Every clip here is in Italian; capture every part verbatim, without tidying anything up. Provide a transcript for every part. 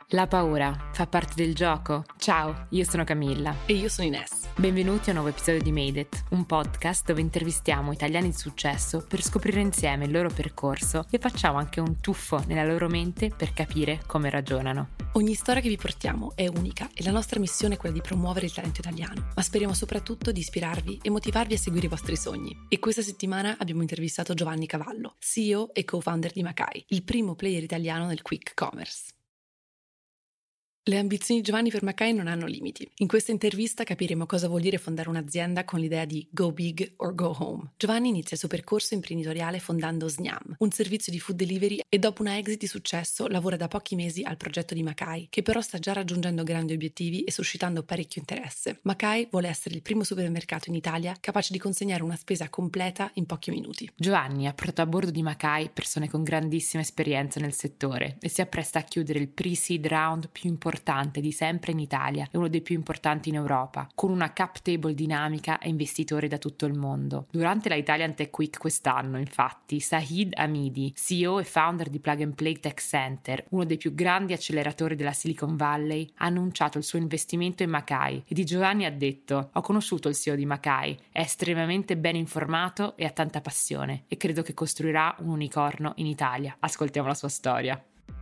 La paura fa parte del gioco? Ciao, io sono Camilla. E io sono Ines. Benvenuti a un nuovo episodio di Made It, un podcast dove intervistiamo italiani di successo per scoprire insieme il loro percorso e facciamo anche un tuffo nella loro mente per capire come ragionano. Ogni storia che vi portiamo è unica e la nostra missione è quella di promuovere il talento italiano, ma speriamo soprattutto di ispirarvi e motivarvi a seguire i vostri sogni. E questa settimana abbiamo intervistato Giovanni Cavallo, C E O e co-founder di Makai, il primo player italiano nel quick commerce. Le ambizioni di Giovanni per Makai non hanno limiti. In questa intervista capiremo cosa vuol dire fondare un'azienda con l'idea di go big or go home. Giovanni inizia il suo percorso imprenditoriale fondando Sgnam, un servizio di food delivery, e dopo una exit di successo lavora da pochi mesi al progetto di Makai, che però sta già raggiungendo grandi obiettivi e suscitando parecchio interesse. Makai vuole essere il primo supermercato in Italia capace di consegnare una spesa completa in pochi minuti. Giovanni ha portato a bordo di Makai persone con grandissima esperienza nel settore e si appresta a chiudere il pre-seed round più importante di sempre in Italia e uno dei più importanti in Europa, con una cap table dinamica e investitori da tutto il mondo. Durante la Italian Tech Week quest'anno, infatti, Sahid Hamidi, C E O e founder di Plug and Play Tech Center, uno dei più grandi acceleratori della Silicon Valley, ha annunciato il suo investimento in Makai e di Giovanni ha detto: "Ho conosciuto il C E O di Makai, è estremamente ben informato e ha tanta passione e credo che costruirà un unicorno in Italia." Ascoltiamo la sua storia.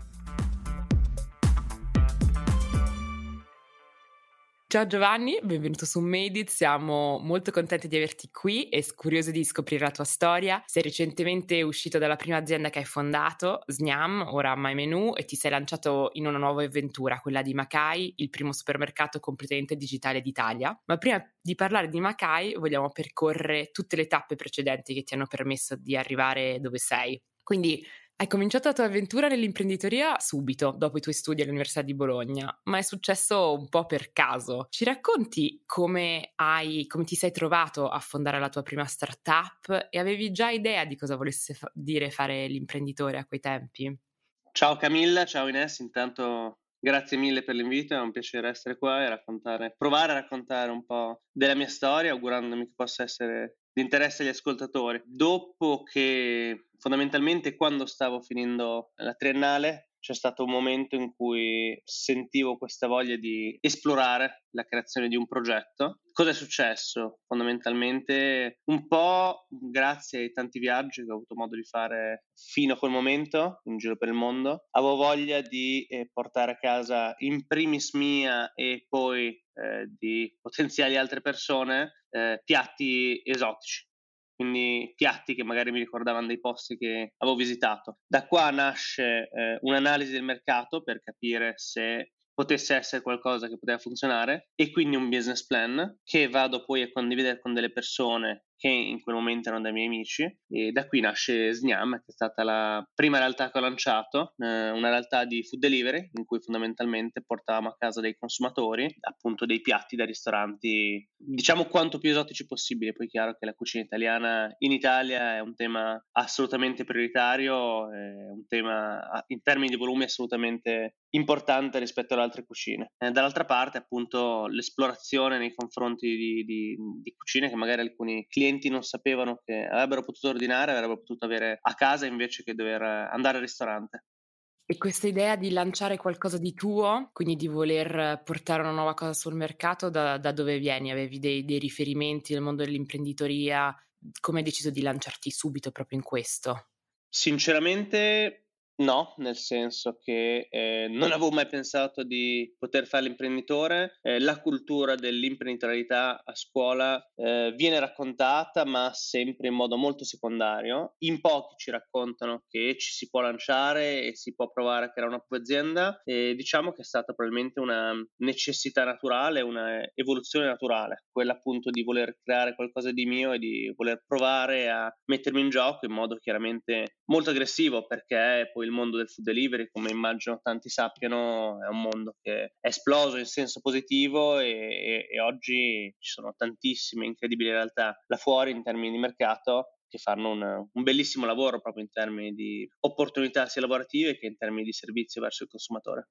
Ciao Giovanni, benvenuto su Made It, siamo molto contenti di averti qui e curiosi di scoprire la tua storia. Sei recentemente uscito dalla prima azienda che hai fondato, Sgnam, ora MyMenu, e ti sei lanciato in una nuova avventura, quella di Makai, il primo supermercato completamente digitale d'Italia. Ma prima di parlare di Makai vogliamo percorrere tutte le tappe precedenti che ti hanno permesso di arrivare dove sei. Quindi hai cominciato la tua avventura nell'imprenditoria subito, dopo i tuoi studi all'Università di Bologna, ma è successo un po' per caso. Ci racconti come hai, come ti sei trovato a fondare la tua prima startup e avevi già idea di cosa volesse fa- dire fare l'imprenditore a quei tempi? Ciao Camilla, ciao Ines, intanto grazie mille per l'invito, è un piacere essere qua e raccontare, provare a raccontare un po' della mia storia, augurandomi che possa essere di interesse agli ascoltatori. Dopo che fondamentalmente quando stavo finendo la triennale c'è stato un momento in cui sentivo questa voglia di esplorare la creazione di un progetto. Cosa è successo? Fondamentalmente un po' grazie ai tanti viaggi che ho avuto modo di fare fino a quel momento in giro per il mondo, avevo voglia di eh, portare a casa in primis mia e poi eh, di potenziali altre persone eh, piatti esotici. Quindi piatti che magari mi ricordavano dei posti che avevo visitato. Da qua nasce eh, un'analisi del mercato per capire se potesse essere qualcosa che poteva funzionare e quindi un business plan che vado poi a condividere con delle persone che in quel momento erano dei miei amici, e da qui nasce Sgnam, che è stata la prima realtà che ho lanciato, eh, una realtà di food delivery in cui fondamentalmente portavamo a casa dei consumatori appunto dei piatti da ristoranti diciamo quanto più esotici possibile. Poi è chiaro che la cucina italiana in Italia è un tema assolutamente prioritario, è un tema in termini di volumi assolutamente importante rispetto alle altre cucine. Eh, dall'altra parte appunto l'esplorazione nei confronti di, di, di cucine che magari alcuni clienti non sapevano che avrebbero potuto ordinare, avrebbero potuto avere a casa invece che dover andare al ristorante. E questa idea di lanciare qualcosa di tuo, quindi di voler portare una nuova cosa sul mercato, da, da dove vieni? Avevi dei, dei riferimenti nel mondo dell'imprenditoria? Come hai deciso di lanciarti subito proprio in questo? Sinceramente no, nel senso che eh, non avevo mai pensato di poter fare l'imprenditore. Eh, la cultura dell'imprenditorialità a scuola eh, viene raccontata, ma sempre in modo molto secondario. In pochi ci raccontano che ci si può lanciare e si può provare a creare una propria azienda, e diciamo che è stata probabilmente una necessità naturale, una evoluzione naturale, quella appunto di voler creare qualcosa di mio e di voler provare a mettermi in gioco in modo chiaramente molto aggressivo, perché poi il mondo del food delivery, come immagino tanti sappiano, è un mondo che è esploso in senso positivo e, e, e oggi ci sono tantissime incredibili realtà là fuori in termini di mercato che fanno un, un bellissimo lavoro proprio in termini di opportunità sia lavorative che in termini di servizio verso il consumatore.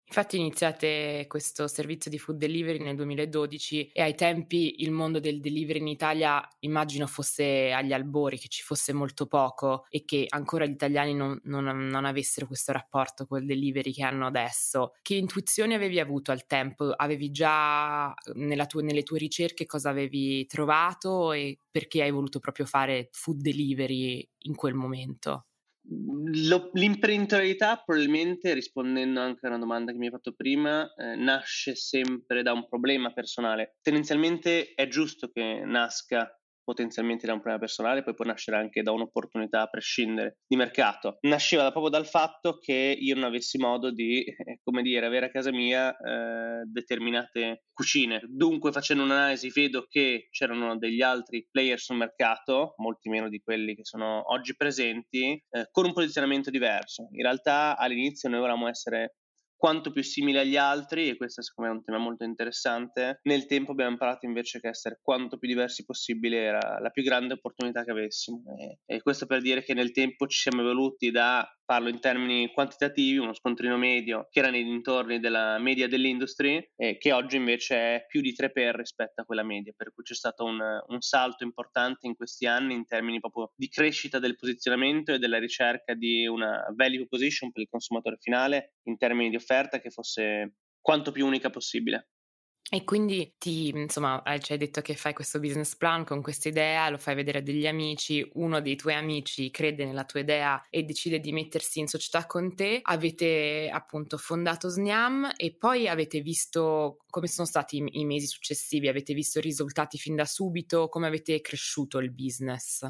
Infatti iniziate questo servizio di food delivery nel duemiladodici e ai tempi il mondo del delivery in Italia immagino fosse agli albori, che ci fosse molto poco e che ancora gli italiani non, non, non avessero questo rapporto col delivery che hanno adesso. Che intuizioni avevi avuto al tempo? Avevi già nella tua, nelle tue ricerche cosa avevi trovato e perché hai voluto proprio fare food delivery in quel momento? Lo, l'imprenditorialità, probabilmente, rispondendo anche a una domanda che mi hai fatto prima, eh, nasce sempre da un problema personale. Tendenzialmente è giusto che nasca potenzialmente da un problema personale, poi può nascere anche da un'opportunità a prescindere di mercato. Nasceva proprio dal fatto che io non avessi modo di, eh, come dire, avere a casa mia eh, determinate cucine. Dunque, facendo un'analisi, vedo che c'erano degli altri player sul mercato, molti meno di quelli che sono oggi presenti, eh, con un posizionamento diverso. In realtà all'inizio noi volevamo essere quanto più simili agli altri, e questo secondo me è un tema molto interessante. Nel tempo abbiamo imparato invece che essere quanto più diversi possibile era la più grande opportunità che avessimo, e, e questo per dire che nel tempo ci siamo evoluti da, parlo in termini quantitativi, uno scontrino medio che era nei dintorni della media dell'industry, e che oggi invece è più di tre per rispetto a quella media, per cui c'è stato un, un salto importante in questi anni in termini proprio di crescita del posizionamento e della ricerca di una value proposition per il consumatore finale in termini di offerta che fosse quanto più unica possibile. E quindi ti insomma, eh, ci hai detto che fai questo business plan con questa idea, lo fai vedere a degli amici, uno dei tuoi amici crede nella tua idea e decide di mettersi in società con te. Avete appunto fondato Sniam e poi avete visto come sono stati i, i mesi successivi, avete visto i risultati fin da subito, come avete cresciuto il business?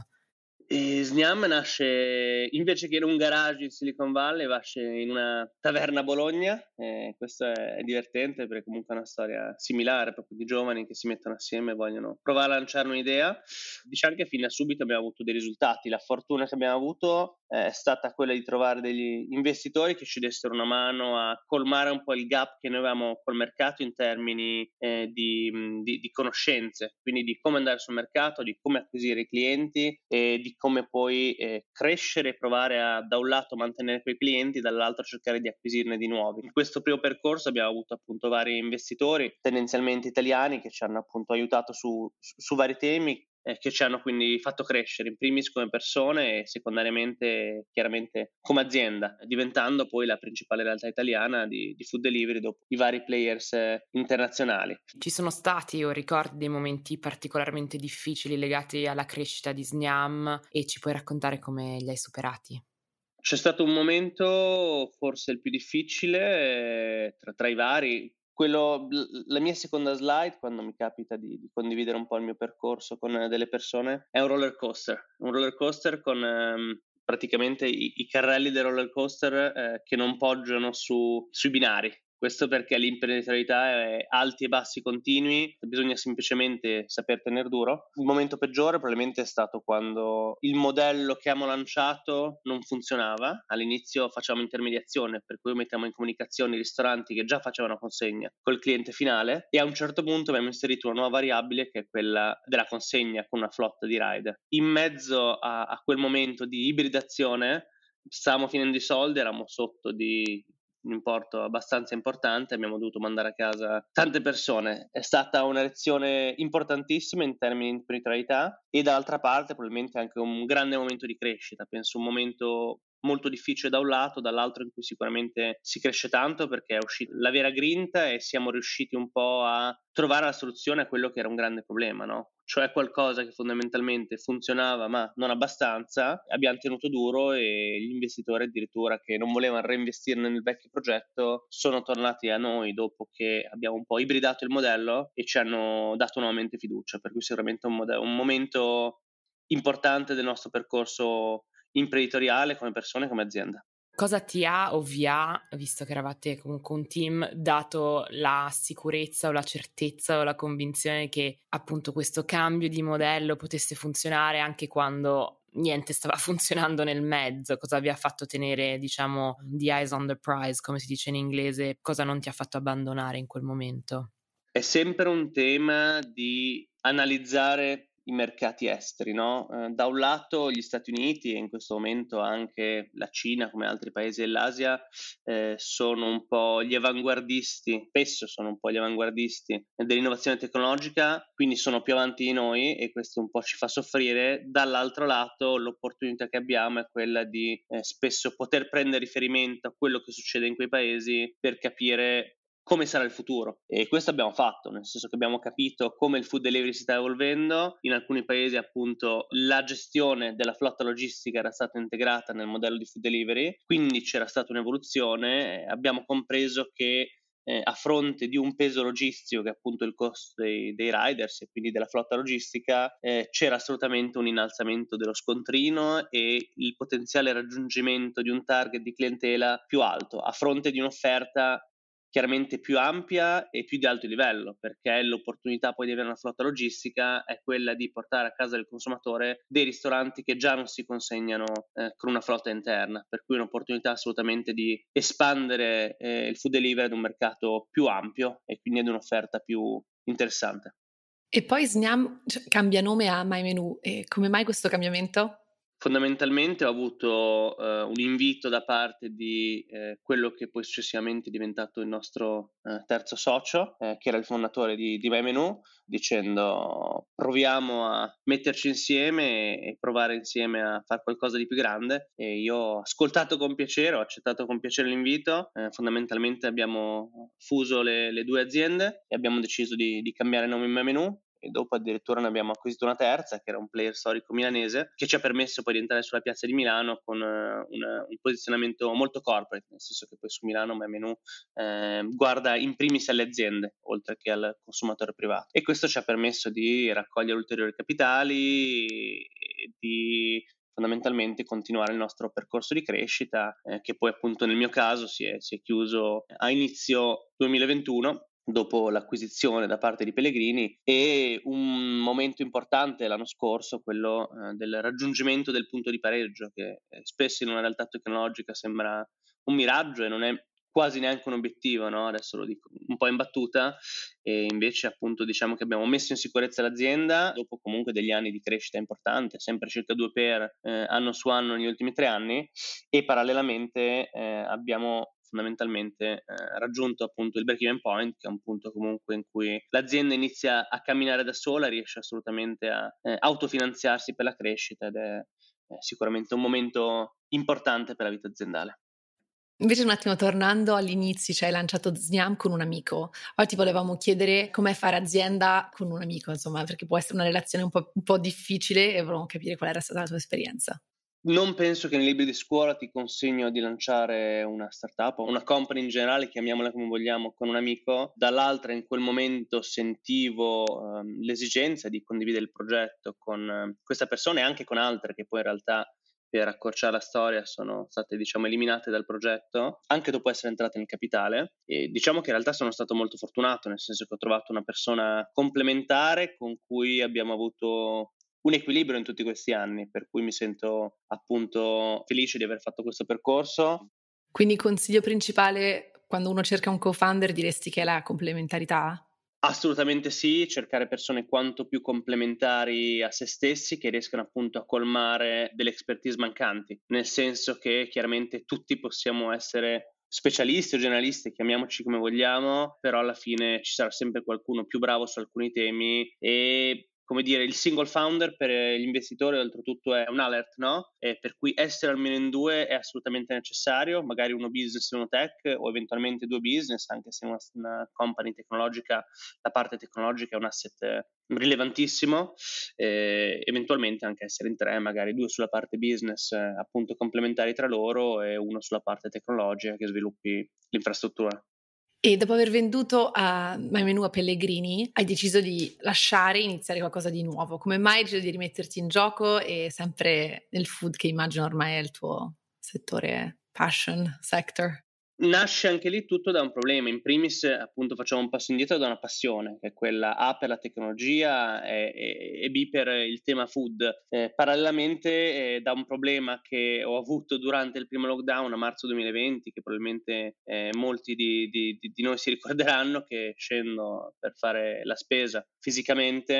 E Sniam nasce, invece che in un garage in Silicon Valley, nasce in una taverna a Bologna, e questo è divertente perché comunque è una storia similare, proprio di giovani che si mettono assieme e vogliono provare a lanciare un'idea. Diciamo che fin da subito abbiamo avuto dei risultati. La fortuna che abbiamo avuto è stata quella di trovare degli investitori che ci dessero una mano a colmare un po' il gap che noi avevamo col mercato in termini eh, di, di, di conoscenze, quindi di come andare sul mercato, di come acquisire i clienti e di come poi eh, crescere e provare a, da un lato, mantenere quei clienti, dall'altro cercare di acquisirne di nuovi. In questo primo percorso abbiamo avuto appunto vari investitori, tendenzialmente italiani, che ci hanno appunto aiutato su, su, su vari temi, eh, che ci hanno quindi fatto crescere in primis come persone e secondariamente chiaramente come azienda, diventando poi la principale realtà italiana di, di food delivery dopo i vari players eh, internazionali. Ci sono stati o ricordi dei momenti particolarmente difficili legati alla crescita di Sniam e ci puoi raccontare come li hai superati? C'è stato un momento, forse il più difficile, eh, tra, tra i vari, quello, l- la mia seconda slide, quando mi capita di, di condividere un po' il mio percorso con eh, delle persone, è un roller coaster, un roller coaster con ehm, praticamente i, i carrelli del roller coaster eh, che non poggiano su, sui binari. Questo perché l'imprenditorialità è alti e bassi continui, bisogna semplicemente saper tenere duro. Il momento peggiore probabilmente è stato quando il modello che abbiamo lanciato non funzionava. All'inizio facevamo intermediazione, per cui mettiamo in comunicazione i ristoranti che già facevano consegna col cliente finale, e a un certo punto abbiamo inserito una nuova variabile che è quella della consegna con una flotta di rider. In mezzo a, a quel momento di ibridazione stavamo finendo i soldi, eravamo sotto di un importo abbastanza importante, abbiamo dovuto mandare a casa tante persone. È stata una lezione importantissima in termini di imprenditorialità e dall'altra parte probabilmente anche un grande momento di crescita, penso un momento molto difficile da un lato, dall'altro in cui sicuramente si cresce tanto perché è uscita la vera grinta e siamo riusciti un po' a trovare la soluzione a quello che era un grande problema, no? Cioè qualcosa che fondamentalmente funzionava ma non abbastanza, abbiamo tenuto duro e gli investitori addirittura che non volevano reinvestire nel vecchio progetto sono tornati a noi dopo che abbiamo un po' ibridato il modello e ci hanno dato nuovamente fiducia, per cui sicuramente un, modello, un momento importante del nostro percorso imprenditoriale come persone, come azienda. Cosa ti ha o vi ha, visto che eravate comunque un team, dato la sicurezza o la certezza o la convinzione che appunto questo cambio di modello potesse funzionare anche quando niente stava funzionando nel mezzo? Cosa vi ha fatto tenere, diciamo, the eyes on the prize, come si dice in inglese? Cosa non ti ha fatto abbandonare in quel momento? È sempre un tema di analizzare i mercati esteri, no? Eh, da un lato gli Stati Uniti e in questo momento anche la Cina, come altri paesi dell'Asia, eh, sono un po' gli avanguardisti, spesso sono un po' gli avanguardisti dell'innovazione tecnologica, quindi sono più avanti di noi e questo un po' ci fa soffrire. Dall'altro lato l'opportunità che abbiamo è quella di eh, spesso poter prendere riferimento a quello che succede in quei paesi per capire come sarà il futuro, e questo abbiamo fatto, nel senso che abbiamo capito come il food delivery si sta evolvendo. In alcuni paesi appunto la gestione della flotta logistica era stata integrata nel modello di food delivery, quindi c'era stata un'evoluzione. Abbiamo compreso che eh, a fronte di un peso logistico che è appunto il costo dei, dei riders e quindi della flotta logistica, eh, c'era assolutamente un innalzamento dello scontrino e il potenziale raggiungimento di un target di clientela più alto a fronte di un'offerta chiaramente più ampia e più di alto livello, perché l'opportunità poi di avere una flotta logistica è quella di portare a casa del consumatore dei ristoranti che già non si consegnano eh, con una flotta interna, per cui un'opportunità assolutamente di espandere eh, il food delivery ad un mercato più ampio e quindi ad un'offerta più interessante. E poi Sniam cioè, cambia nome a My Menu, e come mai questo cambiamento? Fondamentalmente ho avuto eh, un invito da parte di eh, quello che poi successivamente è diventato il nostro eh, terzo socio, eh, che era il fondatore di, di MyMenu, dicendo proviamo a metterci insieme e, e provare insieme a fare qualcosa di più grande. E io ho ascoltato con piacere, ho accettato con piacere l'invito. Eh, fondamentalmente abbiamo fuso le, le due aziende e abbiamo deciso di, di cambiare nome in MyMenu. E dopo addirittura ne abbiamo acquisito una terza, che era un player storico milanese, che ci ha permesso poi di entrare sulla piazza di Milano con uh, un, un posizionamento molto corporate, nel senso che poi su Milano MyMenu eh, guarda in primis alle aziende, oltre che al consumatore privato. E questo ci ha permesso di raccogliere ulteriori capitali e di fondamentalmente continuare il nostro percorso di crescita, eh, che poi appunto nel mio caso si è, si è chiuso a inizio duemilaventuno, dopo l'acquisizione da parte di Pellegrini, e un momento importante l'anno scorso, quello eh, del raggiungimento del punto di pareggio, che eh, spesso in una realtà tecnologica sembra un miraggio e non è quasi neanche un obiettivo, no? Adesso lo dico un po' in battuta, e invece appunto diciamo che abbiamo messo in sicurezza l'azienda dopo comunque degli anni di crescita importante, sempre circa due per eh, anno su anno negli ultimi tre anni, e parallelamente eh, abbiamo fondamentalmente eh, raggiunto appunto il break-even point, che è un punto comunque in cui l'azienda inizia a camminare da sola, riesce assolutamente a eh, autofinanziarsi per la crescita, ed è eh, sicuramente un momento importante per la vita aziendale. Invece un attimo tornando all'inizio, cioè hai lanciato Sniam con un amico. Oggi volevamo chiedere com'è fare azienda con un amico, insomma, perché può essere una relazione un po', un po' difficile e volevamo capire qual era stata la tua esperienza. Non penso che nei libri di scuola ti consiglino di lanciare una startup o una company in generale, chiamiamola come vogliamo, con un amico. Dall'altra in quel momento sentivo ehm, l'esigenza di condividere il progetto con eh, questa persona e anche con altre che poi in realtà, per accorciare la storia, sono state diciamo eliminate dal progetto anche dopo essere entrate nel capitale. E diciamo che in realtà sono stato molto fortunato, nel senso che ho trovato una persona complementare con cui abbiamo avuto un equilibrio in tutti questi anni, per cui mi sento appunto felice di aver fatto questo percorso. Quindi il consiglio principale quando uno cerca un co-founder diresti che è la complementarità? Assolutamente sì, cercare persone quanto più complementari a se stessi, che riescano appunto a colmare delle expertise mancanti, nel senso che chiaramente tutti possiamo essere specialisti o generalisti, chiamiamoci come vogliamo, però alla fine ci sarà sempre qualcuno più bravo su alcuni temi. E come dire, il single founder per gli investitori oltretutto è un alert, no? E per cui essere almeno in due è assolutamente necessario, magari uno business e uno tech, o eventualmente due business, anche se una, una company tecnologica, la parte tecnologica è un asset rilevantissimo, eh, eventualmente anche essere in tre, magari due sulla parte business eh, appunto complementari tra loro e uno sulla parte tecnologica che sviluppi l'infrastruttura. E dopo aver venduto a MyMenu a Pellegrini, hai deciso di lasciare e iniziare qualcosa di nuovo. Come mai hai deciso di rimetterti in gioco e sempre nel food, che immagino ormai è il tuo settore passion sector? Nasce anche lì tutto da un problema. In primis, appunto, facciamo un passo indietro da una passione, che è quella A per la tecnologia e, e, e B per il tema food. Eh, parallelamente eh, da un problema che ho avuto durante il primo lockdown a marzo duemilaventi, che probabilmente eh, molti di, di, di noi si ricorderanno, che scendo per fare la spesa fisicamente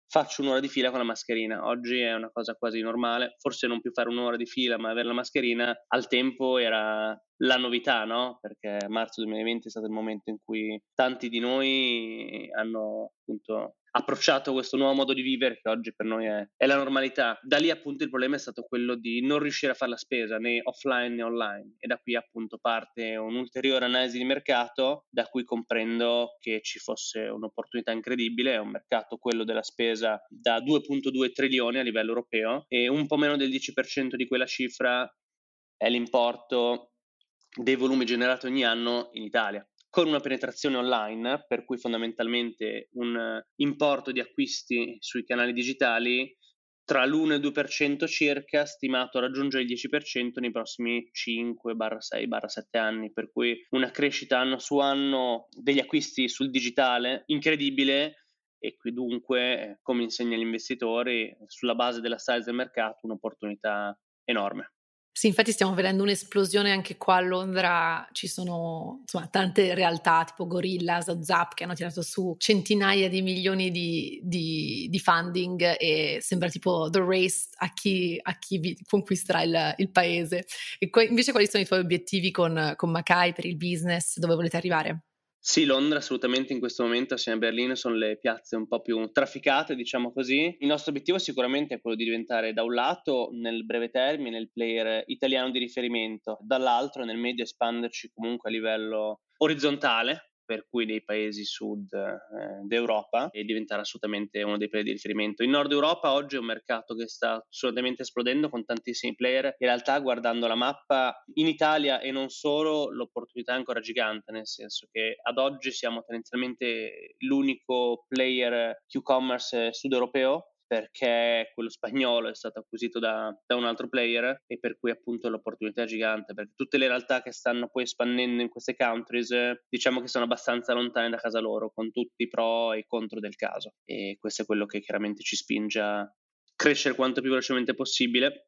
faccio un'ora di fila con la mascherina. Oggi è una cosa quasi normale, forse non più fare un'ora di fila ma avere la mascherina. Al tempo era la novità, no? Perché marzo duemilaventi è stato il momento in cui tanti di noi hanno appunto approcciato questo nuovo modo di vivere che oggi per noi è, è la normalità. Da lì appunto il problema è stato quello di non riuscire a fare la spesa né offline né online, e da qui appunto parte un'ulteriore analisi di mercato da cui comprendo che ci fosse un'opportunità incredibile. È un mercato, quello della spesa, da due virgola due trilioni a livello europeo, e un po' meno del dieci per cento di quella cifra è l'importo dei volumi generati ogni anno in Italia, con una penetrazione online, per cui fondamentalmente un importo di acquisti sui canali digitali tra l'uno e il due per cento circa, stimato a raggiungere il dieci per cento nei prossimi cinque sei sette anni, per cui una crescita anno su anno degli acquisti sul digitale incredibile, e qui dunque, come insegna agli investitori, sulla base della size del mercato, un'opportunità enorme. Sì, infatti stiamo vedendo un'esplosione anche qua a Londra. Ci sono insomma tante realtà tipo Gorillaz o Zap che hanno tirato su centinaia di milioni di, di, di funding, e sembra tipo the race a chi, a chi vi, conquisterà il, il paese. E que- invece quali sono i tuoi obiettivi con, con Mackay per il business? Dove volete arrivare? Sì, Londra assolutamente in questo momento, assieme a Berlino, sono le piazze un po' più trafficate, diciamo così. Il nostro obiettivo sicuramente è quello di diventare, da un lato, nel breve termine, il player italiano di riferimento, dall'altro, nel medio, espanderci comunque a livello orizzontale, per cui nei paesi sud eh, d'Europa, e diventare assolutamente uno dei player di riferimento. In Nord Europa oggi è un mercato che sta assolutamente esplodendo con tantissimi player. In realtà, guardando la mappa, in Italia e non solo, l'opportunità è ancora gigante, nel senso che ad oggi siamo tendenzialmente l'unico player Q-commerce sud europeo, perché quello spagnolo è stato acquisito da, da un altro player, e per cui appunto l'opportunità è gigante, perché tutte le realtà che stanno poi espandendo in queste countries diciamo che sono abbastanza lontane da casa loro, con tutti i pro e i contro del caso, e questo è quello che chiaramente ci spinge a crescere quanto più velocemente possibile.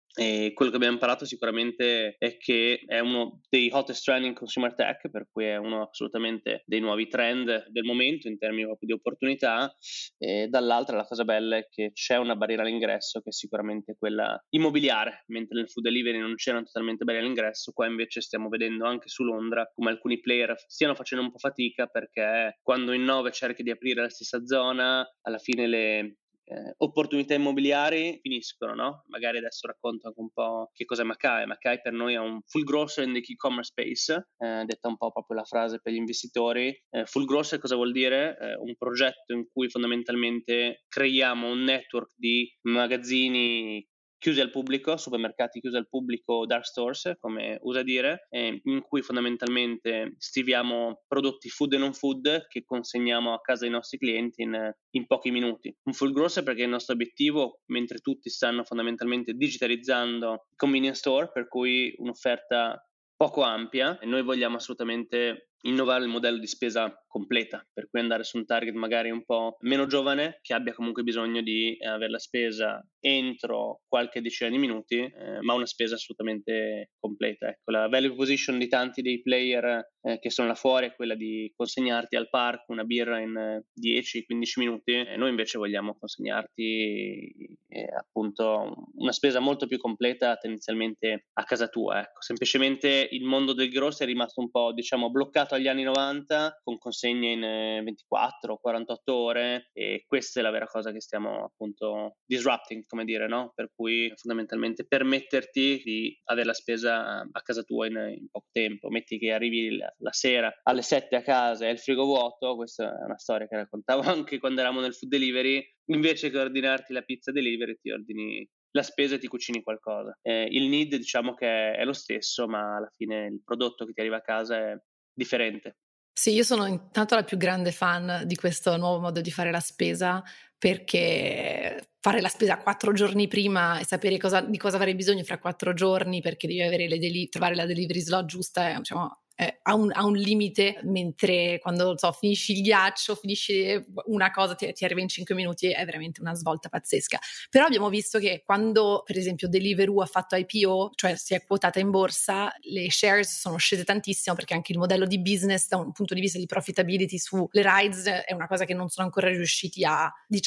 E quello che abbiamo imparato sicuramente è che è uno dei hottest trend in consumer tech, per cui è uno assolutamente dei nuovi trend del momento in termini proprio di opportunità. E dall'altra la cosa bella è che c'è una barriera all'ingresso, che è sicuramente quella immobiliare, mentre nel food delivery non c'era totalmente barriera all'ingresso. Qua invece stiamo vedendo anche su Londra come alcuni player stiano facendo un po' fatica, perché quando in nove cerchi di aprire la stessa zona, alla fine le Eh, opportunità immobiliari finiscono, no? Magari adesso racconto anche un po' che cos'è Mackay. Mackay per noi è un full grocer in the e-commerce space, eh, detta un po' proprio la frase per gli investitori. Eh, full grocer cosa vuol dire? Eh, un progetto in cui fondamentalmente creiamo un network di magazzini chiusi al pubblico, supermercati chiusi al pubblico, dark stores, come usa dire, eh, in cui fondamentalmente stiviamo prodotti food e non food che consegniamo a casa dei nostri clienti in, in pochi minuti. Un full grocer perché il nostro obiettivo, mentre tutti stanno fondamentalmente digitalizzando convenience store, per cui un'offerta poco ampia, e noi vogliamo assolutamente innovare il modello di spesa completa, per cui andare su un target magari un po' meno giovane, che abbia comunque bisogno di eh, avere la spesa entro qualche decina di minuti, eh, ma una spesa assolutamente completa. Ecco, la value position di tanti dei player eh, che sono là fuori è quella di consegnarti al parco una birra in eh, dieci quindici minuti, e noi invece vogliamo consegnarti eh, appunto una spesa molto più completa, tendenzialmente a casa tua. Ecco, semplicemente il mondo del grosso è rimasto un po', diciamo, bloccato agli anni novanta, con consegne in eh, ventiquattro quarantotto ore, e questa è la vera cosa che stiamo appunto disrupting, come dire, no? Per cui fondamentalmente permetterti di avere la spesa a casa tua in, in poco tempo. Metti che arrivi la, la sera alle sette a casa e il frigo vuoto. Questa è una storia che raccontavo anche quando eravamo nel food delivery. Invece che ordinarti la pizza delivery, ti ordini la spesa e ti cucini qualcosa. Eh, il need diciamo che è lo stesso, ma alla fine il prodotto che ti arriva a casa è differente. Sì, io sono intanto la più grande fan di questo nuovo modo di fare la spesa, perché fare la spesa quattro giorni prima e sapere cosa, di cosa avrei bisogno fra quattro giorni, perché devi avere le deli- trovare la delivery slot giusta, è, diciamo, è, ha, un, ha un limite, mentre quando so, finisci il ghiaccio, finisci una cosa, ti, ti arriva in cinque minuti, è veramente una svolta pazzesca. Però abbiamo visto che quando per esempio Deliveroo ha fatto I P O, cioè si è quotata in borsa, le shares sono scese tantissimo, perché anche il modello di business da un punto di vista di profitability sulle rides è una cosa che non sono ancora riusciti a, diciamo,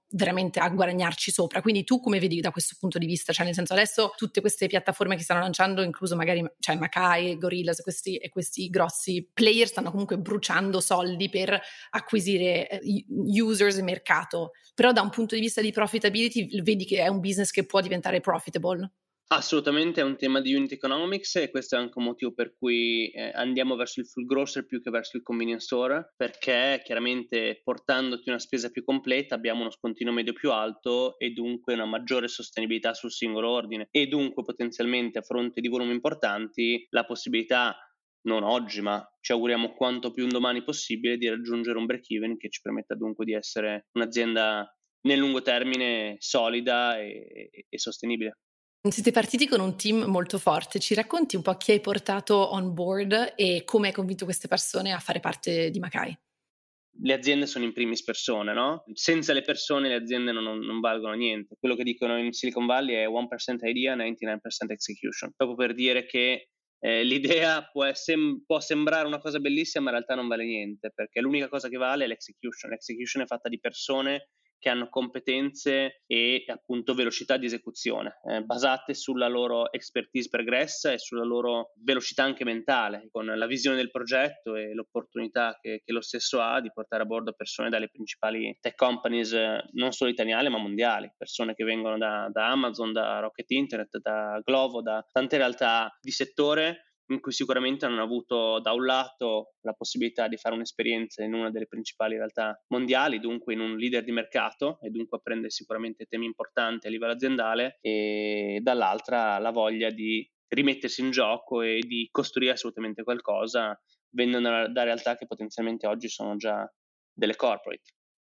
veramente a guadagnarci sopra. Quindi tu come vedi da questo punto di vista? Cioè nel senso, adesso tutte queste piattaforme che stanno lanciando, incluso magari cioè Makai, Gorillaz questi, e questi grossi player stanno comunque bruciando soldi per acquisire eh, users e mercato, però da un punto di vista di profitability vedi che è un business che può diventare profitable? Assolutamente è un tema di unit economics e questo è anche un motivo per cui eh, andiamo verso il full grocer più che verso il convenience store, perché chiaramente portandoti una spesa più completa abbiamo uno scontino medio più alto e dunque una maggiore sostenibilità sul singolo ordine e dunque potenzialmente a fronte di volumi importanti la possibilità, non oggi ma ci auguriamo quanto più un domani possibile, di raggiungere un break even che ci permetta dunque di essere un'azienda nel lungo termine solida e, e sostenibile. Siete partiti con un team molto forte, ci racconti un po' chi hai portato on board e come hai convinto queste persone a fare parte di Makai? Le aziende sono in primis persone, no? Senza le persone le aziende non, non valgono niente. Quello che dicono in Silicon Valley è one percent idea, ninety-nine percent execution, proprio per dire che eh, l'idea può, sem- può sembrare una cosa bellissima ma in realtà non vale niente, perché l'unica cosa che vale è l'execution. L'execution è fatta di persone che hanno competenze e appunto velocità di esecuzione, eh, basate sulla loro expertise pregressa e sulla loro velocità anche mentale, con la visione del progetto e l'opportunità che, che lo stesso ha di portare a bordo persone dalle principali tech companies, eh, non solo italiane ma mondiali, persone che vengono da, da Amazon, da Rocket Internet, da Glovo, da tante realtà di settore in cui sicuramente hanno avuto da un lato la possibilità di fare un'esperienza in una delle principali realtà mondiali, dunque in un leader di mercato e dunque apprendere sicuramente temi importanti a livello aziendale, e dall'altra la voglia di rimettersi in gioco e di costruire assolutamente qualcosa venendo da realtà che potenzialmente oggi sono già delle corporate.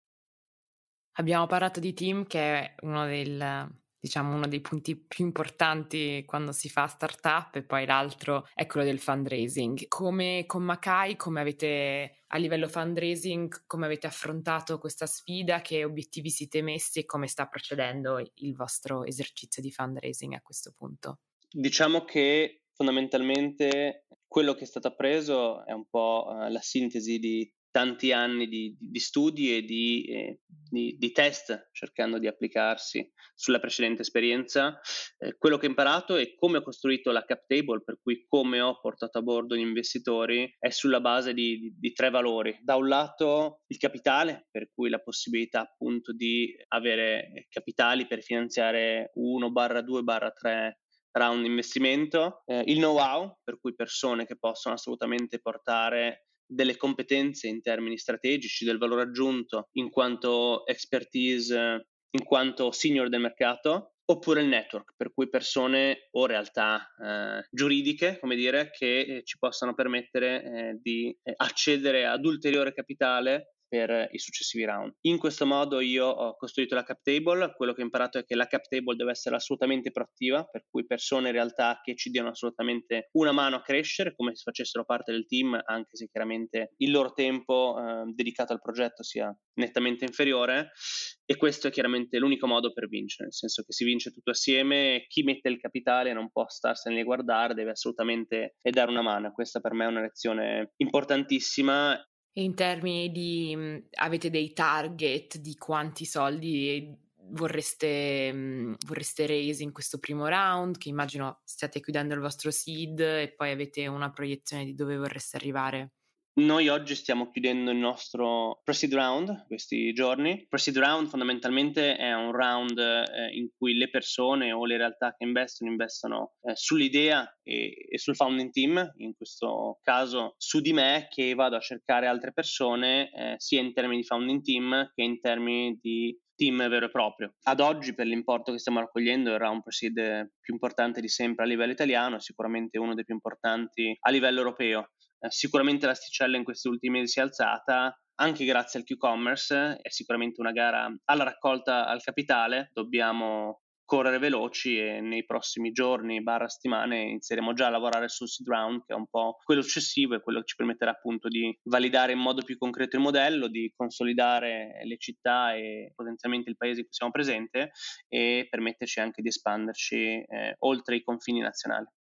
Abbiamo parlato di team, che è uno del diciamo uno dei punti più importanti quando si fa startup, e poi l'altro è quello del fundraising. Come con Makai, come avete a livello fundraising, come avete affrontato questa sfida, che obiettivi siete messi e come sta procedendo il vostro esercizio di fundraising a questo punto? Diciamo che fondamentalmente quello che è stato appreso è un po' eh, la sintesi di tanti anni di, di studi e di, eh, di, di test cercando di applicarsi sulla precedente esperienza. Eh, quello che ho imparato e come ho costruito la cap table, per cui come ho portato a bordo gli investitori, è sulla base di, di, di tre valori. Da un lato il capitale, per cui la possibilità appunto di avere capitali per finanziare uno barra due barra tre round di investimento, eh, il know-how, per cui persone che possono assolutamente portare delle competenze in termini strategici, del valore aggiunto in quanto expertise, in quanto senior del mercato, oppure il network, per cui persone o realtà eh, giuridiche, come dire, che eh, ci possano permettere eh, di eh, accedere ad ulteriore capitale per i successivi round. In questo modo io ho costruito la cap table. Quello che ho imparato è che la cap table deve essere assolutamente proattiva, per cui persone in realtà che ci diano assolutamente una mano a crescere, come se facessero parte del team, anche se chiaramente il loro tempo eh, dedicato al progetto sia nettamente inferiore. E questo è chiaramente l'unico modo per vincere, nel senso che si vince tutto assieme. Chi mette il capitale non può starsene a guardare, deve assolutamente dare una mano. Questa per me è una lezione importantissima. E in termini di mh, avete dei target di quanti soldi vorreste, mh, vorreste raise in questo primo round, che immagino stiate chiudendo il vostro seed, e poi avete una proiezione di dove vorreste arrivare? Noi oggi stiamo chiudendo il nostro pre-seed round questi giorni. Pre-seed round fondamentalmente è un round eh, in cui le persone o le realtà che investono investono eh, sull'idea e, e sul founding team, in questo caso su di me, che vado a cercare altre persone eh, sia in termini di founding team che in termini di team vero e proprio. Ad oggi, per l'importo che stiamo raccogliendo, il round pre-seed più importante di sempre a livello italiano, sicuramente uno dei più importanti a livello europeo. Eh, sicuramente l'asticella in questi ultimi mesi si è alzata anche grazie al Q-commerce, è sicuramente una gara alla raccolta al capitale, dobbiamo correre veloci e nei prossimi giorni barra settimane inizieremo già a lavorare sul seed round, che è un po' quello successivo e quello che ci permetterà appunto di validare in modo più concreto il modello, di consolidare le città e potenzialmente il paese in cui siamo presenti e permetterci anche di espanderci eh, oltre i confini nazionali.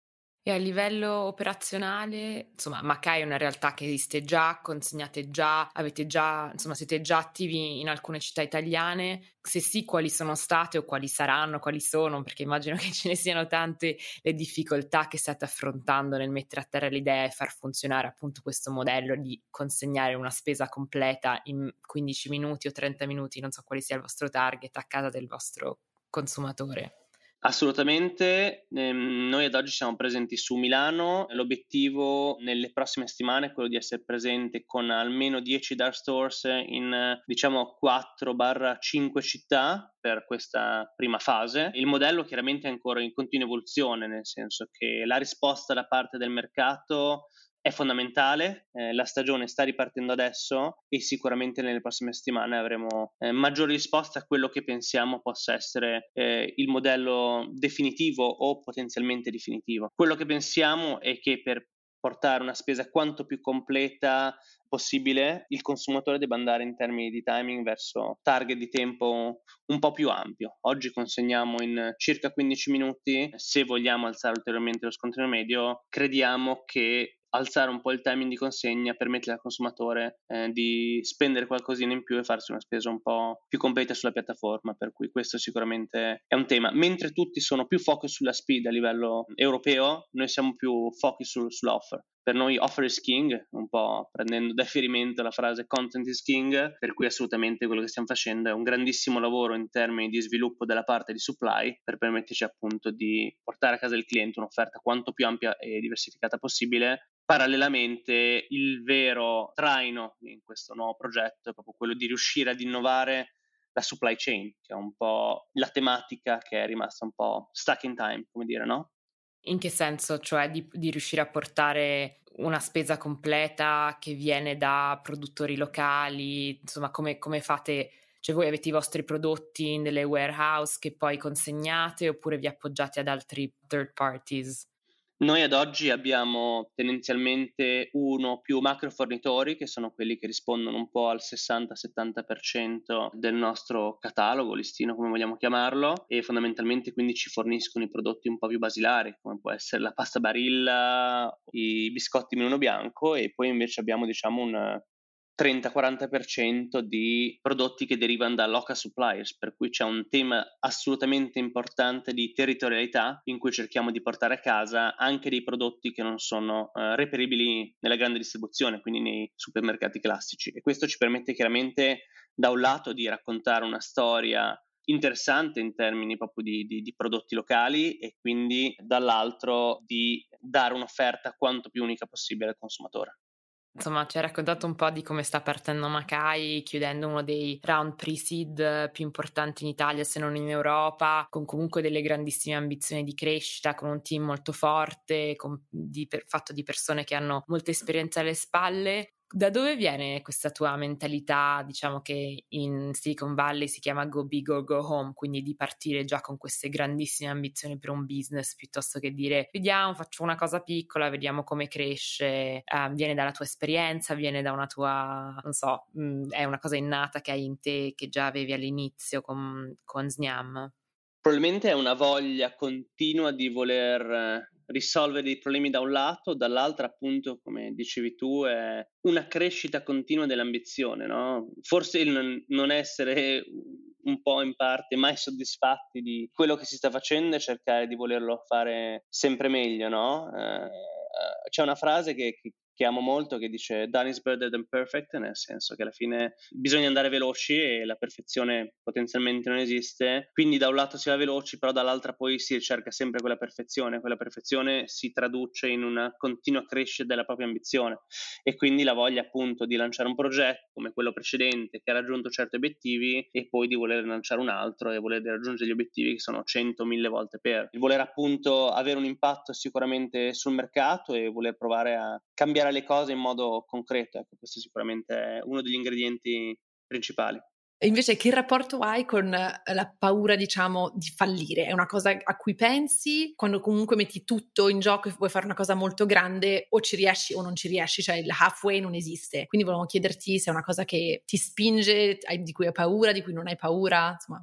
E a livello operazionale, insomma, Macai è una realtà che esiste già, consegnate già, avete già, insomma, siete già attivi in alcune città italiane? Se sì, quali sono state o quali saranno, quali sono? Perché immagino che ce ne siano tante, le difficoltà che state affrontando nel mettere a terra l'idea e far funzionare appunto questo modello di consegnare una spesa completa in quindici minuti o trenta minuti, non so quale sia il vostro target, a casa del vostro consumatore. Assolutamente, ehm, noi ad oggi siamo presenti su Milano, l'obiettivo nelle prossime settimane è quello di essere presente con almeno dieci dark stores in diciamo quattro cinque città per questa prima fase. Il modello chiaramente è ancora in continua evoluzione, nel senso che la risposta da parte del mercato è fondamentale, eh, la stagione sta ripartendo adesso e sicuramente nelle prossime settimane avremo eh, maggiori risposte a quello che pensiamo possa essere eh, il modello definitivo o potenzialmente definitivo. Quello che pensiamo è che per portare una spesa quanto più completa possibile, il consumatore debba andare in termini di timing verso target di tempo un po' più ampio. Oggi consegniamo in circa quindici minuti, se vogliamo alzare ulteriormente lo scontrino medio, crediamo che alzare un po' il timing di consegna permette al consumatore eh, di spendere qualcosina in più e farsi una spesa un po' più completa sulla piattaforma, per cui questo sicuramente è un tema. Mentre tutti sono più focus sulla speed a livello europeo, noi siamo più focus sul, sull'offer. Per noi offer is king, un po' prendendo da riferimento la frase content is king, per cui assolutamente quello che stiamo facendo è un grandissimo lavoro in termini di sviluppo della parte di supply per permetterci appunto di portare a casa del cliente un'offerta quanto più ampia e diversificata possibile. Parallelamente il vero traino in questo nuovo progetto è proprio quello di riuscire ad innovare la supply chain, che è un po' la tematica che è rimasta un po' stuck in time, come dire, no? In che senso? Cioè di, di riuscire a portare una spesa completa che viene da produttori locali, insomma come, come fate? Cioè voi avete i vostri prodotti nelle warehouse che poi consegnate oppure vi appoggiate ad altri third parties? Noi ad oggi abbiamo tendenzialmente uno o più macro fornitori che sono quelli che rispondono un po' al sessanta settanta per cento del nostro catalogo, listino come vogliamo chiamarlo, e fondamentalmente quindi ci forniscono i prodotti un po' più basilari come può essere la pasta Barilla, i biscotti Minuno Bianco, e poi invece abbiamo diciamo un trenta quaranta per cento di prodotti che derivano da local suppliers, per cui c'è un tema assolutamente importante di territorialità in cui cerchiamo di portare a casa anche dei prodotti che non sono uh, reperibili nella grande distribuzione, quindi nei supermercati classici, e questo ci permette chiaramente da un lato di raccontare una storia interessante in termini proprio di, di, di prodotti locali e quindi dall'altro di dare un'offerta quanto più unica possibile al consumatore. Insomma, ci hai raccontato un po' di come sta partendo Macai, chiudendo uno dei round pre-seed più importanti in Italia, se non in Europa, con comunque delle grandissime ambizioni di crescita, con un team molto forte, con, di, per, fatto di persone che hanno molta esperienza alle spalle. Da dove viene questa tua mentalità, diciamo che in Silicon Valley si chiama go big or go home, quindi di partire già con queste grandissime ambizioni per un business piuttosto che dire vediamo, faccio una cosa piccola, vediamo come cresce, uh, viene dalla tua esperienza, viene da una tua, non so, mh, è una cosa innata che hai in te, che già avevi all'inizio con, con Sgnam? Probabilmente è una voglia continua di voler risolvere dei problemi da un lato, dall'altro appunto, come dicevi tu, è una crescita continua dell'ambizione, no? Forse il non, non essere un po' in parte mai soddisfatti di quello che si sta facendo e cercare di volerlo fare sempre meglio, no? Eh, c'è una frase che, che che amo molto, che dice done is better than perfect, nel senso che alla fine bisogna andare veloci e la perfezione potenzialmente non esiste, quindi da un lato si va veloci, però dall'altra poi si ricerca sempre quella perfezione, quella perfezione si traduce in una continua crescita della propria ambizione e quindi la voglia appunto di lanciare un progetto come quello precedente che ha raggiunto certi obiettivi e poi di voler lanciare un altro e voler raggiungere gli obiettivi che sono cento mille volte per, il voler appunto avere un impatto sicuramente sul mercato e voler provare a cambiare le cose in modo concreto, ecco, questo sicuramente è uno degli ingredienti principali. E invece che rapporto hai con la paura, diciamo, di fallire? È una cosa a cui pensi quando comunque metti tutto in gioco e vuoi fare una cosa molto grande, o ci riesci o non ci riesci, cioè il halfway non esiste. Quindi volevo chiederti se è una cosa che ti spinge, di cui hai paura, di cui non hai paura, insomma.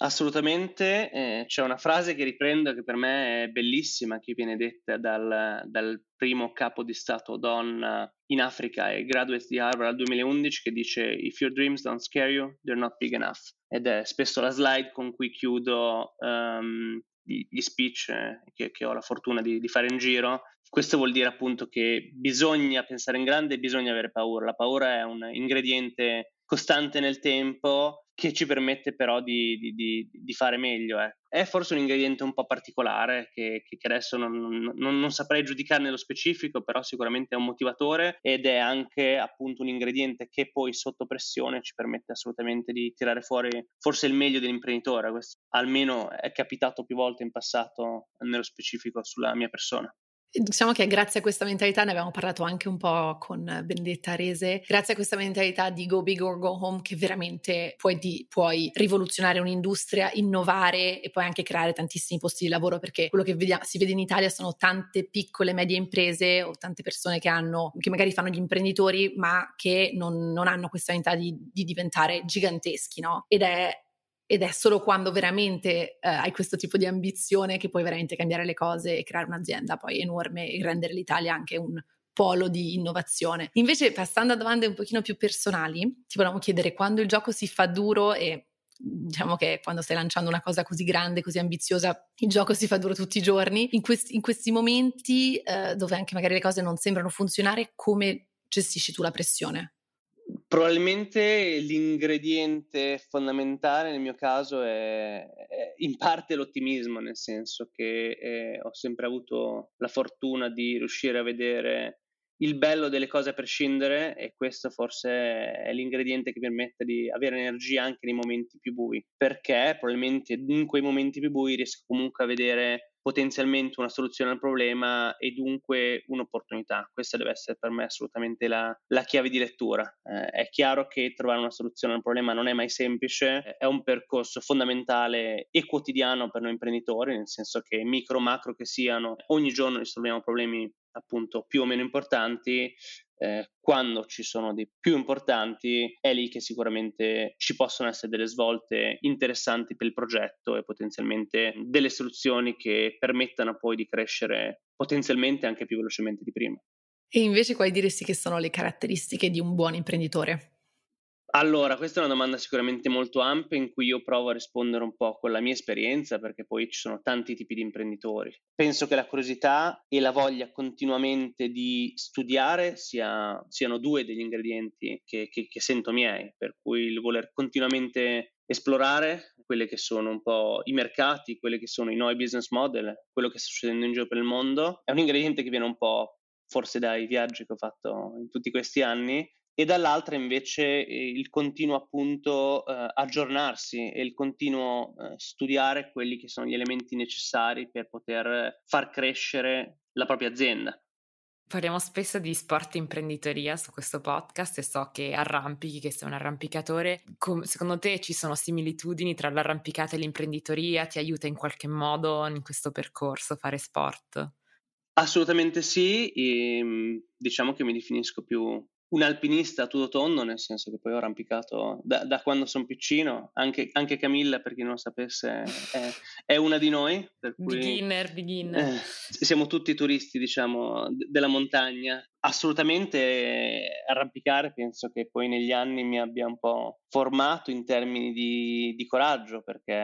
Assolutamente, eh, c'è una frase che riprendo che per me è bellissima, che viene detta dal, dal primo capo di Stato donna in Africa e graduate di Harvard al duemilaundici, che dice "If your dreams don't scare you, they're not big enough", ed è spesso la slide con cui chiudo um, gli speech eh, che, che ho la fortuna di, di fare in giro. Questo vuol dire appunto che bisogna pensare in grande e bisogna avere paura. La paura è un ingrediente costante nel tempo che ci permette però di, di, di, di fare meglio. Eh. È forse un ingrediente un po' particolare che, che adesso non, non, non saprei giudicare nello specifico, però sicuramente è un motivatore ed è anche appunto un ingrediente che poi sotto pressione ci permette assolutamente di tirare fuori forse il meglio dell'imprenditore. Questo almeno è capitato più volte in passato nello specifico sulla mia persona. Diciamo che grazie a questa mentalità, ne abbiamo parlato anche un po' con Benedetta Rese, grazie a questa mentalità di go big or go home, che veramente puoi, di, puoi rivoluzionare un'industria, innovare e poi anche creare tantissimi posti di lavoro, perché quello che vediamo, si vede in Italia sono tante piccole e medie imprese o tante persone che hanno, che magari fanno gli imprenditori ma che non, non hanno questa mentalità di, di diventare giganteschi, no? Ed è Ed è solo quando veramente eh, hai questo tipo di ambizione che puoi veramente cambiare le cose e creare un'azienda poi enorme e rendere l'Italia anche un polo di innovazione. Invece, passando a domande un pochino più personali, ti volevamo chiedere, quando il gioco si fa duro e diciamo che quando stai lanciando una cosa così grande, così ambiziosa, il gioco si fa duro tutti i giorni, in questi, in questi momenti eh, dove anche magari le cose non sembrano funzionare, come gestisci tu la pressione? Probabilmente l'ingrediente fondamentale nel mio caso è, è in parte l'ottimismo, nel senso che eh, ho sempre avuto la fortuna di riuscire a vedere il bello delle cose a prescindere, e questo forse è l'ingrediente che permette di avere energia anche nei momenti più bui, perché probabilmente in quei momenti più bui riesco comunque a vedere potenzialmente una soluzione al problema e dunque un'opportunità. Questa deve essere per me assolutamente la, la chiave di lettura. Eh, è chiaro che trovare una soluzione al problema non è mai semplice, è un percorso fondamentale e quotidiano per noi imprenditori, nel senso che micro, macro che siano, ogni giorno risolviamo problemi appunto più o meno importanti. Eh, quando ci sono dei più importanti è lì che sicuramente ci possono essere delle svolte interessanti per il progetto e potenzialmente delle soluzioni che permettano poi di crescere potenzialmente anche più velocemente di prima. E invece quali diresti che sono le caratteristiche di un buon imprenditore? Allora, questa è una domanda sicuramente molto ampia in cui io provo a rispondere un po' con la mia esperienza, perché poi ci sono tanti tipi di imprenditori. Penso che la curiosità e la voglia continuamente di studiare sia, siano due degli ingredienti che, che, che sento miei, per cui il voler continuamente esplorare quelli che sono un po' i mercati, quelli che sono i nuovi business model, quello che sta succedendo in giro per il mondo, è un ingrediente che viene un po' forse dai viaggi che ho fatto in tutti questi anni, e dall'altra invece eh, il continuo appunto eh, aggiornarsi e il continuo eh, studiare quelli che sono gli elementi necessari per poter far crescere la propria azienda. Parliamo spesso di sport e imprenditoria su questo podcast e so che arrampichi, che sei un arrampicatore. Com- secondo te ci sono similitudini tra l'arrampicata e l'imprenditoria? Ti aiuta in qualche modo in questo percorso fare sport? Assolutamente sì, e, diciamo che mi definisco più un alpinista a tutto tondo, nel senso che poi ho arrampicato da, da quando sono piccino, anche, anche Camilla, per chi non lo sapesse, è, è una di noi, per cui Beginner, beginner. eh, siamo tutti turisti, diciamo, d- della montagna. Assolutamente arrampicare penso che poi negli anni mi abbia un po' formato in termini di, di coraggio, perché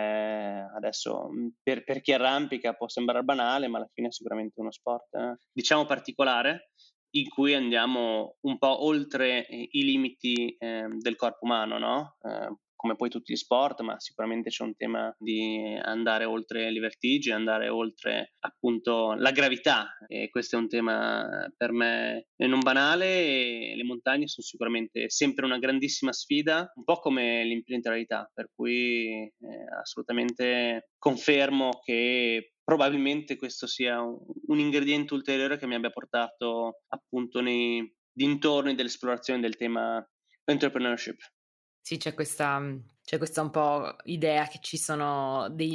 adesso per, per chi arrampica può sembrare banale, ma alla fine è sicuramente uno sport eh, diciamo particolare, in cui andiamo un po' oltre i limiti eh, del corpo umano, no? Eh, come poi tutti gli sport, ma sicuramente c'è un tema di andare oltre le vertigini, andare oltre appunto la gravità, e questo è un tema per me non banale, e le montagne sono sicuramente sempre una grandissima sfida, un po' come l'imprenditorialità, per cui eh, assolutamente confermo che probabilmente questo sia un, un ingrediente ulteriore che mi abbia portato appunto nei dintorni dell'esplorazione del tema entrepreneurship. Sì, c'è questa, c'è questa un po' idea che ci sono dei,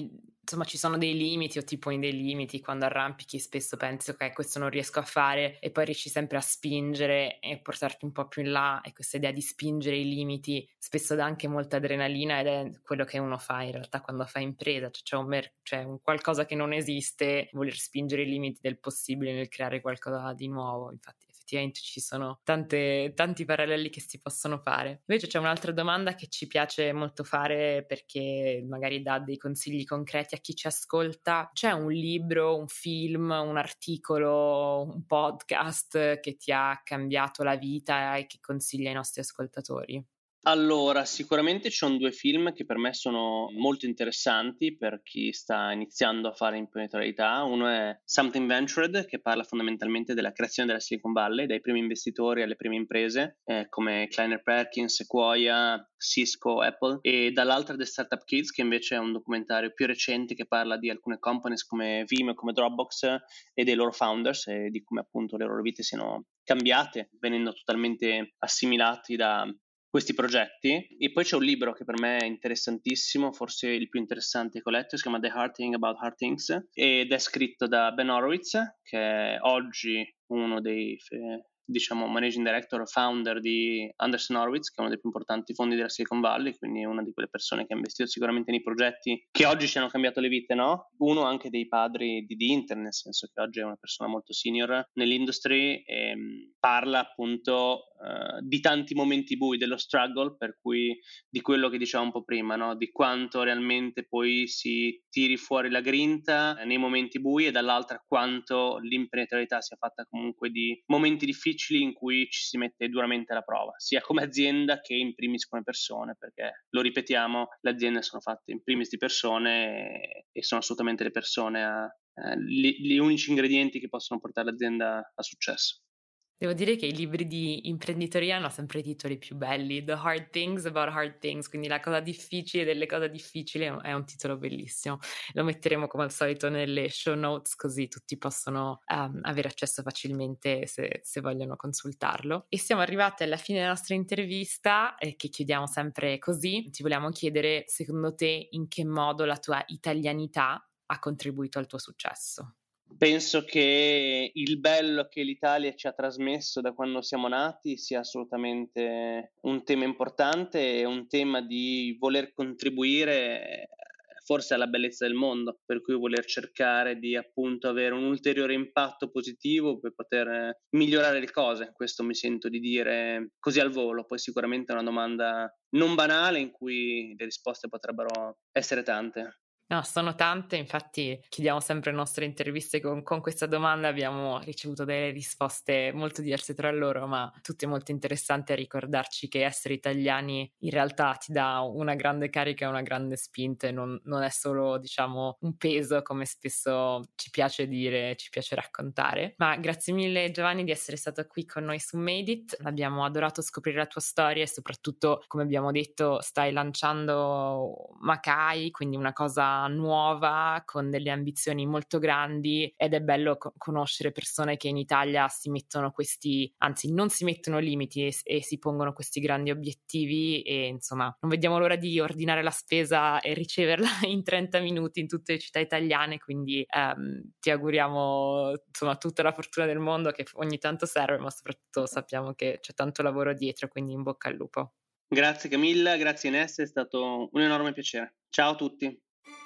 insomma ci sono dei limiti o ti poni dei limiti quando arrampichi, spesso pensi ok, questo non riesco a fare, e poi riesci sempre a spingere e portarti un po' più in là, e questa idea di spingere i limiti spesso dà anche molta adrenalina, ed è quello che uno fa in realtà quando fa impresa, cioè c'è un, mer- c'è un qualcosa che non esiste, voler spingere i limiti del possibile nel creare qualcosa di nuovo. Infatti effettivamente ci sono tante, tanti paralleli che si possono fare. Invece c'è un'altra domanda che ci piace molto fare, perché magari dà dei consigli concreti a chi ci ascolta. C'è un libro, un film, un articolo, un podcast che ti ha cambiato la vita e che consiglia ai nostri ascoltatori? Allora, sicuramente ci sono due film che per me sono molto interessanti per chi sta iniziando a fare imprenditorialità. Uno è Something Ventured, che parla fondamentalmente della creazione della Silicon Valley, dai primi investitori alle prime imprese eh, come Kleiner Perkins, Sequoia, Cisco, Apple, e dall'altra The Startup Kids, che invece è un documentario più recente che parla di alcune companies come Vimeo, come Dropbox e dei loro founders, e di come appunto le loro vite siano cambiate, venendo totalmente assimilati da questi progetti. E poi c'è un libro che per me è interessantissimo, forse il più interessante che ho letto, si chiama The Hard Thing About Hard Things, ed è scritto da Ben Horowitz, che è oggi uno dei diciamo managing director, founder di Andreessen Horowitz, che è uno dei più importanti fondi della Silicon Valley, quindi è una di quelle persone che ha investito sicuramente nei progetti che oggi ci hanno cambiato le vite, no? Uno anche dei padri di, di internet, nel senso che oggi è una persona molto senior nell'industry e parla appunto uh, di tanti momenti bui dello struggle, per cui di quello che dicevamo un po' prima, no? Di quanto realmente poi si tiri fuori la grinta nei momenti bui, e dall'altra quanto l'imprenditorialità sia fatta comunque di momenti difficili in cui ci si mette duramente alla prova, sia come azienda che in primis come persone, perché lo ripetiamo, le aziende sono fatte in primis di persone e, e sono assolutamente le persone a, a, gli, gli unici ingredienti che possono portare l'azienda a successo. Devo dire che i libri di imprenditoria hanno sempre i titoli più belli. The Hard Things About Hard Things, quindi la cosa difficile delle cose difficili, è un titolo bellissimo. Lo metteremo come al solito nelle show notes, così tutti possono um, avere accesso facilmente se, se vogliono consultarlo. E siamo arrivati alla fine della nostra intervista, eh, che chiudiamo sempre così. Ti vogliamo chiedere, secondo te, in che modo la tua italianità ha contribuito al tuo successo? Penso che il bello che l'Italia ci ha trasmesso da quando siamo nati sia assolutamente un tema importante, e un tema di voler contribuire forse alla bellezza del mondo, per cui voler cercare di appunto avere un ulteriore impatto positivo per poter migliorare le cose. Questo mi sento di dire così al volo. Poi sicuramente è una domanda non banale in cui le risposte potrebbero essere tante. No, sono tante, infatti chiudiamo sempre le nostre interviste con, con questa domanda. Abbiamo ricevuto delle risposte molto diverse tra loro, ma tutte molto interessanti, a ricordarci che essere italiani in realtà ti dà una grande carica e una grande spinta, e non, non è solo, diciamo, un peso come spesso ci piace dire, ci piace raccontare. Ma grazie mille Giovanni di essere stato qui con noi su Made It, abbiamo adorato scoprire la tua storia, e soprattutto, come abbiamo detto, stai lanciando Makai, quindi una cosa nuova con delle ambizioni molto grandi, ed è bello co- conoscere persone che in Italia si mettono questi, anzi non si mettono limiti e, e si pongono questi grandi obiettivi, e insomma non vediamo l'ora di ordinare la spesa e riceverla in trenta minuti in tutte le città italiane, quindi ehm, ti auguriamo insomma tutta la fortuna del mondo, che ogni tanto serve, ma soprattutto sappiamo che c'è tanto lavoro dietro, quindi in bocca al lupo. Grazie Camilla, grazie Ines, è stato un enorme piacere. Ciao a tutti.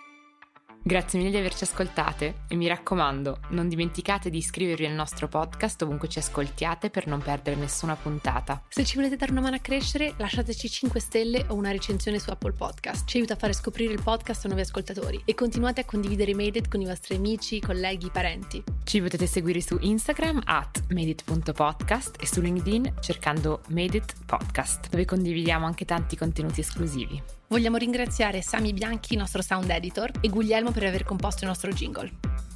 Grazie mille di averci ascoltate, e mi raccomando, non dimenticate di iscrivervi al nostro podcast ovunque ci ascoltiate per non perdere nessuna puntata. Se ci volete dare una mano a crescere, lasciateci cinque stelle o una recensione su Apple Podcast. Ci aiuta a fare scoprire il podcast a nuovi ascoltatori, e continuate a condividere Made It con i vostri amici, colleghi, parenti. Ci potete seguire su Instagram at madeit punto podcast e su LinkedIn cercando Made It Podcast, dove condividiamo anche tanti contenuti esclusivi. Vogliamo ringraziare Sami Bianchi, nostro sound editor, e Guglielmo per aver composto il nostro jingle.